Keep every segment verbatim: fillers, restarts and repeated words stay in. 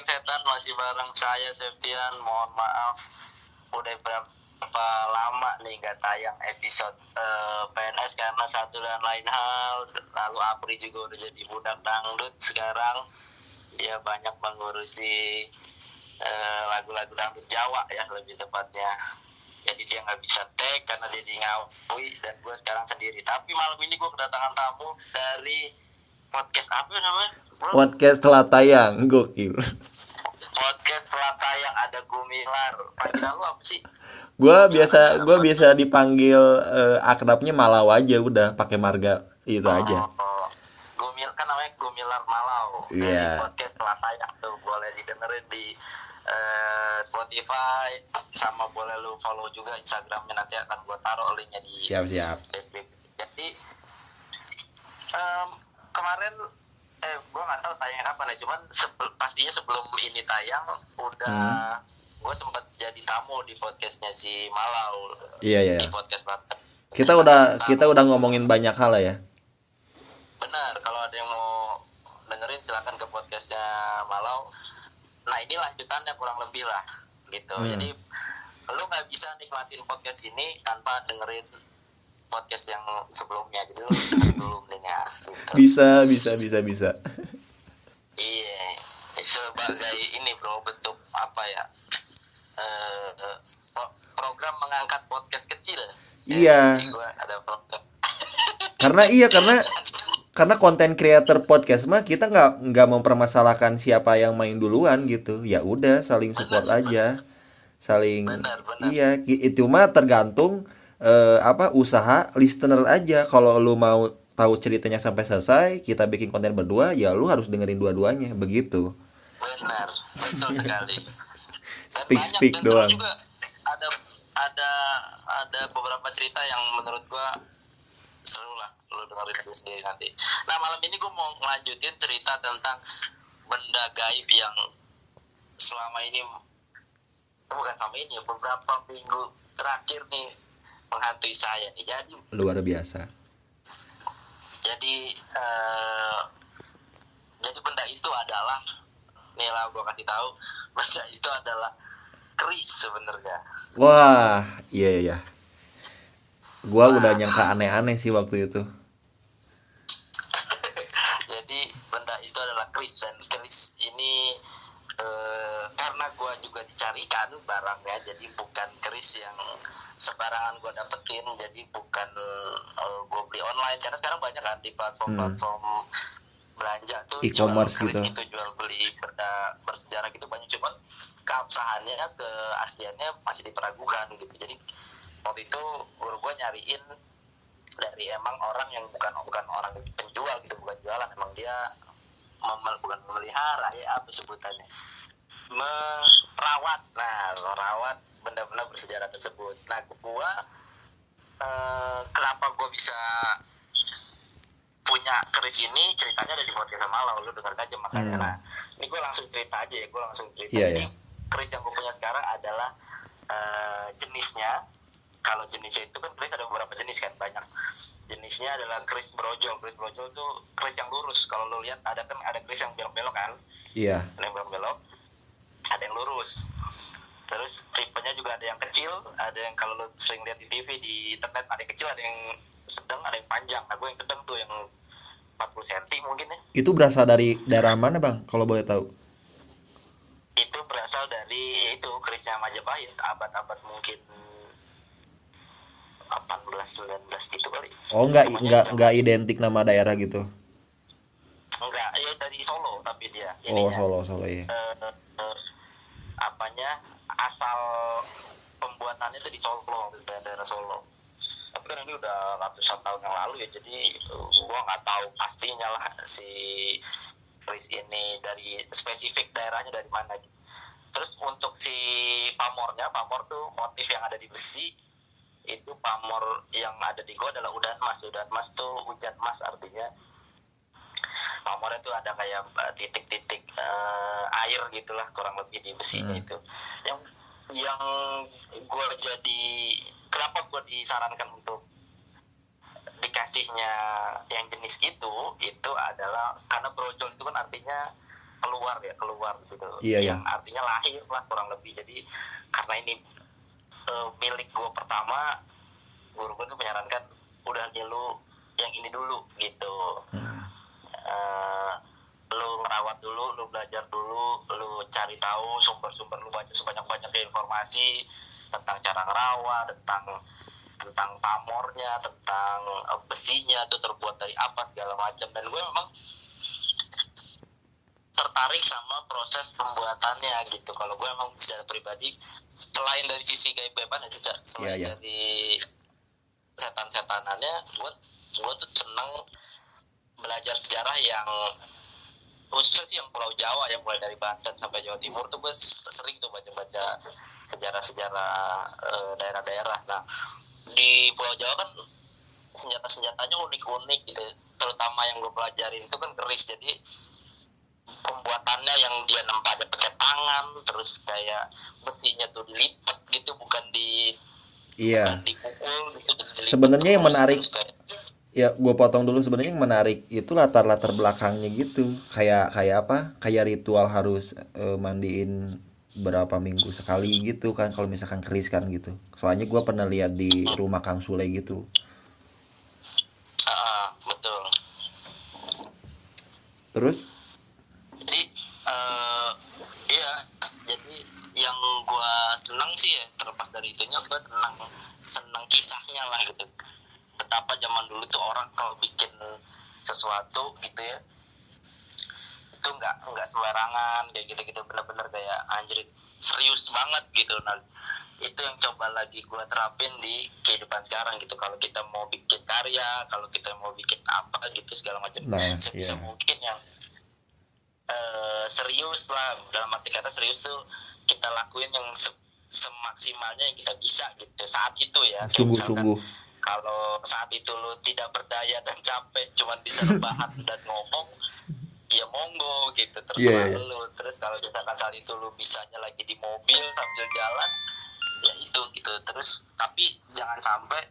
Geng Setan masih bareng saya Septian. Mohon maaf udah berapa lama nih gak tayang episode uh, P N S karena satu dan lain hal. Lalu Apri juga udah jadi budak dangdut sekarang. Dia banyak mengurusi uh, lagu-lagu dangdut Jawa ya lebih tepatnya. Jadi dia nggak bisa tag karena dia di Ngawi dan gue sekarang sendiri. Tapi malam ini gue kedatangan tamu dari podcast apa namanya? Podcast telah tayang, gokil. Podcast telah tayang, ada Gumilar. Panggilan lu apa sih? Gua biasa gua biasa dipanggil uh, akrabnya Malau aja, udah pakai marga itu oh, aja. Oh. Gumil kan namanya Gumilar Malau. Iya. Yeah. Podcast telah tayang tuh, boleh didengerin di uh, Spotify, sama boleh lu follow juga Instagramnya, nanti akan gua taruh linknya di siap-siap. Facebook. Jadi um, kemarin eh gue nggak tahu tayang kapan ya, cuman sebel, pastinya sebelum ini tayang udah hmm. gue sempat jadi tamu di podcastnya si Malau. Iya iya. Di podcast Banten. Kita udah tamu. kita udah ngomongin banyak hal lah ya. Benar, kalau ada yang mau dengerin silakan ke podcastnya Malau. Nah ini lanjutannya kurang lebih lah gitu. Hmm. Jadi lu nggak bisa nikmatin podcast ini tanpa dengerin podcast yang sebelumnya, jadi lu dengerin dulu mendingnya gitu. Bisa, bisa, bisa, bisa. Iya, sebagai ini bro, bentuk apa ya, uh, program mengangkat podcast kecil. Iya. Jadi gua ada program. Karena iya, karena karena konten creator podcast mah kita nggak nggak mempermasalahkan siapa yang main duluan gitu. Ya udah, saling support benar, aja, saling. Benar, benar. Iya, itu mah tergantung Uh, apa usaha listener aja. Kalau lu mau tahu ceritanya sampai selesai, kita bikin konten berdua, ya lu harus dengerin dua-duanya, begitu. Benar, betul sekali. speak banyak, speak doang. Juga ada ada ada beberapa cerita yang menurut gua seru lah, lu dengerin aja sendiri nanti. Nah malam ini gua mau ngelanjutin cerita tentang benda gaib yang selama ini, bukan selama ini, beberapa minggu terakhir nih menghantui saya nih. Jadi luar biasa. Jadi uh, jadi benda itu adalah, nih lah gue kasih tahu, benda itu adalah keris sebenarnya. Wah, iya iya. Gua Wah. udah nyangka aneh-aneh sih waktu itu. Jadi benda itu adalah keris, dan keris ini uh, karena gue juga dicarikan barangnya, jadi bukan keris yang sembarangan gue dapetin, jadi bukan uh, gue beli online, karena sekarang banyak kan di platform-platform hmm. belanja tuh e-commerce jual keris gitu, gitu, jual beli berda, bersejarah gitu banyak, cuman keabsahannya, keasliannya masih diperagukan gitu. Jadi waktu itu guru gue nyariin dari emang orang yang bukan bukan orang penjual gitu, bukan jualan, emang dia memel, bukan memelihara ya apa sebutannya, merawat, nah merawat benda-benda bersejarah tersebut. Nah gua eh, kenapa gua bisa punya keris ini, ceritanya ada di podcast sama Malau, lu denger aja makanya. Hmm. Nah ini gua langsung cerita aja ya, gua langsung cerita. Yeah, Jadi yeah. keris yang gua punya sekarang adalah eh, jenisnya, kalau jenisnya itu kan keris ada beberapa jenis kan, banyak. Jenisnya adalah keris brojol. Keris brojol tuh keris yang lurus. Kalau lu lihat ada kan ada keris yang belok-belok kan? Iya. Yeah. Ada yang belok-belok, ada yang lurus. Terus tipenya juga ada yang kecil, ada yang kalau lu sering lihat di T V, di internet, ada yang kecil, ada yang sedang, ada yang panjang. Nah gue yang sedang tuh yang empat puluh sentimeter mungkin ya. Itu berasal dari daerah mana bang, kalau boleh tahu? Itu berasal dari itu kerisnya Majapahit, abad-abad mungkin delapan belas sembilan belas gitu kali. Oh enggak enggak enggak identik nama daerah gitu. Enggak, ya dari Solo tapi dia. Ininya, oh Solo Solo ya. Uh, uh, apanya asal pembuatannya itu di Solo, di daerah Solo. Tapi kan ini udah ratusan tahun yang lalu ya, jadi uh, gua nggak tahu pastinya lah si keris ini dari spesifik daerahnya dari mana. Terus untuk si pamornya, pamor tuh motif yang ada di besi. Itu pamor yang ada di gua adalah udan mas. Udan mas tuh hujan mas, artinya pamornya tuh ada kayak titik-titik uh, air gitulah kurang lebih di besinya. hmm. Itu yang yang gua jadi kenapa gua disarankan untuk dikasihnya yang jenis itu itu adalah karena brojol itu kan artinya keluar ya keluar gitu, Iya, yang iya. artinya lahir lah kurang lebih. Jadi karena ini uh, milik gue pertama, guru gue tuh menyarankan udah nih lu yang ini dulu gitu. Hmm. Uh, lu ngerawat dulu, lu belajar dulu, lu cari tahu sumber-sumber, lu baca sebanyak-banyaknya informasi tentang cara ngerawat, tentang tentang pamornya, tentang uh, besinya itu terbuat dari apa segala macam. Dan gue memang tertarik sama proses pembuatannya gitu. Kalau gue emang secara pribadi, selain dari sisi gaib-gaiban ya, selain Iya, iya. dari setan-setanannya, gue gue tuh seneng belajar sejarah yang khususnya sih yang Pulau Jawa, yang mulai dari Banten sampai Jawa Timur tuh gue sering tuh baca-baca sejarah-sejarah e, daerah-daerah. Nah di Pulau Jawa kan senjata-senjatanya unik-unik gitu, terutama yang gue pelajarin itu kan keris. Jadi pembuatannya yang dia nempatnya pakai tangan, terus kayak besinya tuh dilipat gitu, bukan di Iya. bukan dipukul gitu. Sebenarnya yang menarik, kayak, ya gue potong dulu, sebenarnya yang menarik itu latar-latar belakangnya gitu, kayak kayak apa, kayak ritual harus eh, mandiin berapa minggu sekali gitu kan kalau misalkan keris kan gitu. Soalnya gue pernah lihat di rumah Kang Sule gitu. uh, betul. Terus Jadi uh, iya, jadi yang gue senang sih ya, terlepas dari itunya, gue senang senang kisahnya lah gitu. Betapa zaman dulu tuh orang kalau bikin sesuatu gitu ya, itu nggak nggak sembarangan kayak gitu-gitu, bener-bener kayak anjir serius banget gitu. Nah itu yang coba lagi gue terapin di kehidupan sekarang gitu. Kalau kita mau bikin karya, kalau kita mau bikin apa gitu segala macam, nah, sebisa iya. mungkin yang uh, serius lah, dalam arti kata serius tuh kita lakuin yang se- semaksimalnya yang kita bisa gitu saat itu ya. Kayak misalkan Sungguh-sungguh. kalau saat itu lu tidak berdaya dan capek, cuman bisa rebahan dan ngomong, ya monggo gitu, terserah Iya, iya. lu. Terus kalau misalkan saat itu lu bisanya lagi di mobil sambil jalan, ya itu gitu. Terus tapi jangan sampai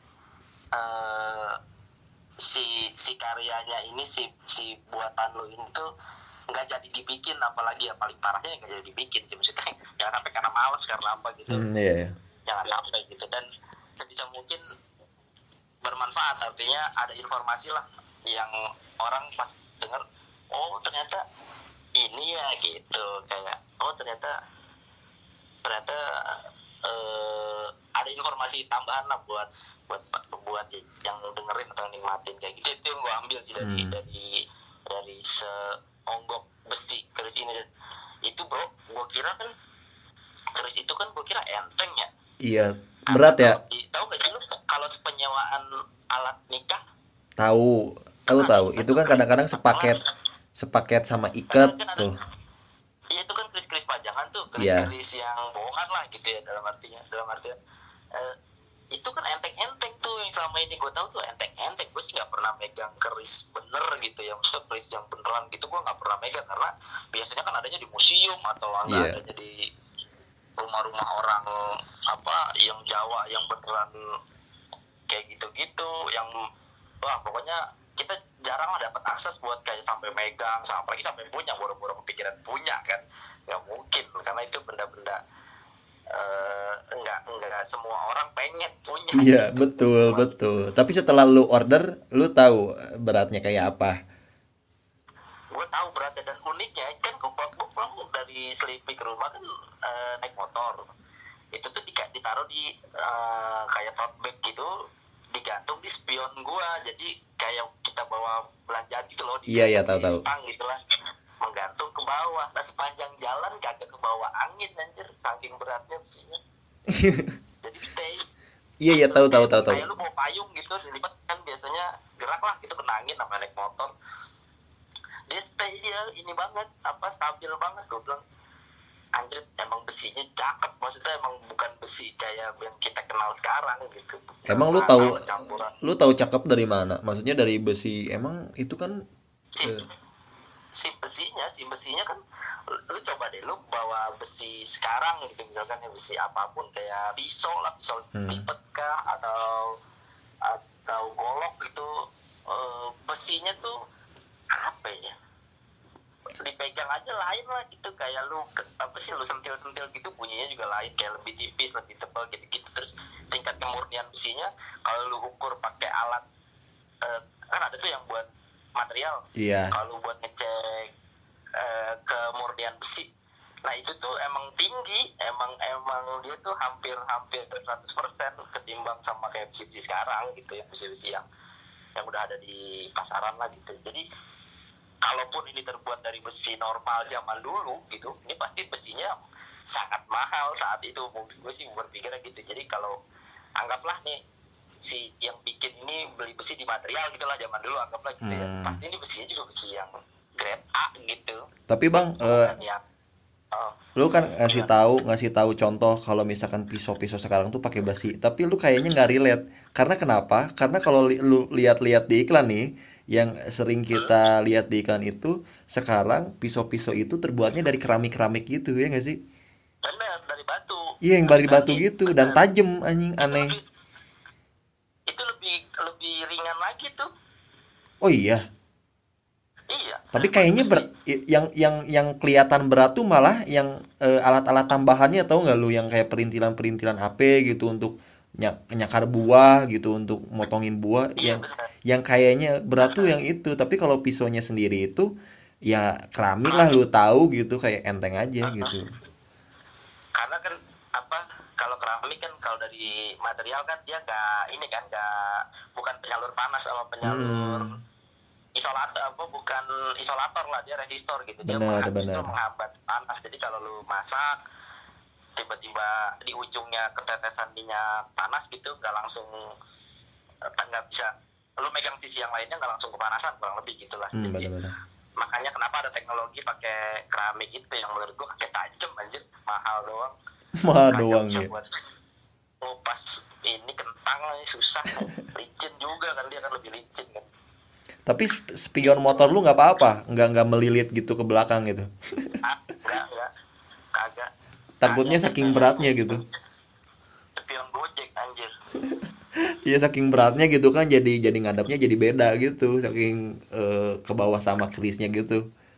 uh, si si karyanya ini, si si buatan lu ini tuh nggak jadi dibikin, apalagi ya paling parahnya nggak jadi dibikin sih, maksudnya jangan sampai karena malas, karena apa gitu, Hmm, iya, iya. jangan sampai gitu. Dan sebisa mungkin bermanfaat, artinya ada informasi lah yang orang pas dengar, oh ternyata ini ya gitu, kayak oh ternyata ternyata eh, ada informasi tambahan lah buat buat buat yang dengerin atau nikmatin kayak gitu. Itu yang gue ambil sih dari Hmm. dari dari seonggok besi keris ini. Dan itu bro, gue kira kan keris itu kan gue kira enteng ya. Iya, Karena berat ya. kalau di- tahu gak sih lu kalau penyewaan alat nikah Tahu, tahu kan ada tahu. juga Itu tuh kan keris kadang-kadang sepaket pajangan. sepaket sama Kan ikat kan ada, tuh. iya itu kan keris-keris pajangan tuh, Iya. keris-keris yang bohongan lah gitu ya, dalam artinya dalam artian eh, itu kan enteng-enteng tuh, yang selama ini gue tahu tuh enteng-enteng. Gue sih nggak pernah megang keris bener gitu ya, maksudnya keris yang beneran gitu gue nggak pernah megang, karena biasanya kan adanya di museum atau nggak Iya. adanya di rumah-rumah orang apa yang Jawa yang beneran kayak gitu-gitu, yang wah pokoknya kita jarang lah dapat akses buat kayak sampai megang, apalagi sampai punya, boro-boro kepikiran punya kan, nggak mungkin, karena itu benda-benda uh, nggak nggak semua orang pengen punya. Iya, gitu. betul, Cuma betul. Tapi setelah lu order, lu tahu beratnya kayak apa? gue tahu beratnya, dan uniknya kan gue gue pulang dari Sleepy ke rumah kan uh, naik motor, itu tuh di, ditaruh di uh, kayak tote bag gitu, digantung di spion gue, jadi kayak kita bawa belanjaan gitu loh, Iya, iya, tahu, di tahu. stang gitu lah, menggantung ke bawah. Nah sepanjang jalan kagak ke bawah angin anjir, saking beratnya besinya. Jadi stay. Iya, iya, tahu, tahu, tahu, tahu. Kayak lu bawa payung gitu, dilipat kan biasanya gerak lah gitu, kena angin sama naik motor. Dia stay dia ini banget, apa stabil banget. Gue bilang anjir emang besinya cakep, maksudnya emang bukan besi kayak yang kita kenal sekarang gitu. Emang lu Nah, tahu campuran lu tahu cakep dari mana? Maksudnya dari besi. Emang itu kan si, eh, si besinya si besinya kan, lu coba deh lu bawa besi sekarang gitu, misalkan ya besi apapun kayak pisau lah, pisau Hmm. lipat kah atau atau golok gitu, eh, besinya tuh apa ya, dipegang aja lain lah gitu, kayak lu apa sih lu sentil-sentil gitu bunyinya juga lain, kayak lebih tipis lebih tebal gitu-gitu. Terus tingkat kemurnian besinya kalau lu ukur pakai alat eh, kan ada tuh yang buat material, Iya. kalau buat ngecek eh, kemurnian besi, nah itu tuh emang tinggi, emang emang dia tuh hampir hampir seratus persen ketimbang sama kayak besi-besi sekarang gitu, yang besi-besi yang yang udah ada di pasaran lah gitu. Jadi kalaupun ini terbuat dari besi normal zaman dulu gitu, ini pasti besinya sangat mahal saat itu. Mungkin gue sih berpikirnya gitu. Jadi kalau anggaplah nih si yang bikin ini beli besi di material gitulah zaman dulu, anggaplah gitu ya. Hmm. Pasti ini besinya juga besi yang grade A gitu. Tapi bang, eh, Bukan yang oh, lu kan ngasih gimana? tahu ngasih tahu contoh kalau misalkan pisau-pisau sekarang tuh pakai besi, tapi lu kayaknya nggak relate. Karena kenapa? Karena kalau li- lu lihat-lihat di iklan nih, yang sering Hmm? kita lihat di iklan itu, sekarang pisau-pisau itu terbuatnya dari keramik-keramik gitu ya nggak sih? Bener, dari batu. Iya, yang dari batu Lagi gitu dan bener. tajam anjing, Itu aneh. lebih itu lebih lebih ringan lagi tuh. Oh iya, Iya, tapi daripada kayaknya besi. ber- i- yang yang yang kelihatan berat tuh malah yang eh, alat-alat tambahannya, tahu nggak lu, yang kayak perintilan-perintilan H P gitu untuk nyak- nyakar buah gitu, untuk motongin buah, Iya yang bener. yang kayaknya berat tuh Bener. yang itu. Tapi kalau pisaunya sendiri itu ya keramik lah, Keramik. lu tahu gitu, kayak enteng aja Uh-uh. gitu. Karena kan apa, kalau keramik kan kalau dari material kan dia nggak ini kan, nggak, bukan penyalur panas sama penyalur Hmm, isolator, apa bukan isolator lah, dia resistor gitu, dia benar mengha- justru benar. menghambat panas. Jadi kalau lu masak tiba-tiba di ujungnya ketetesan minyak panas gitu, nggak langsung eh, nggak bisa lu megang sisi yang lainnya, nggak langsung kepanasan, kurang lebih gitulah. Hmm, Jadi benar-benar. makanya kenapa ada teknologi pakai keramik itu, yang menurut gua kayak tajem anjir, mahal doang, Mah kagak doang bisa ya. buat ngupas ini kentang, ini susah, licin juga kan, dia kan lebih licin kan Tapi sp- spion gitu. motor lu nggak apa-apa, nggak nggak melilit gitu ke belakang gitu. Ah, enggak enggak kagak Takutnya kagak dia saking kayak beratnya gitu. spion Gojek anjir. Iya, saking beratnya gitu kan, jadi jadi ngadapnya jadi beda gitu, saking eh, ke bawah sama kerisnya gitu.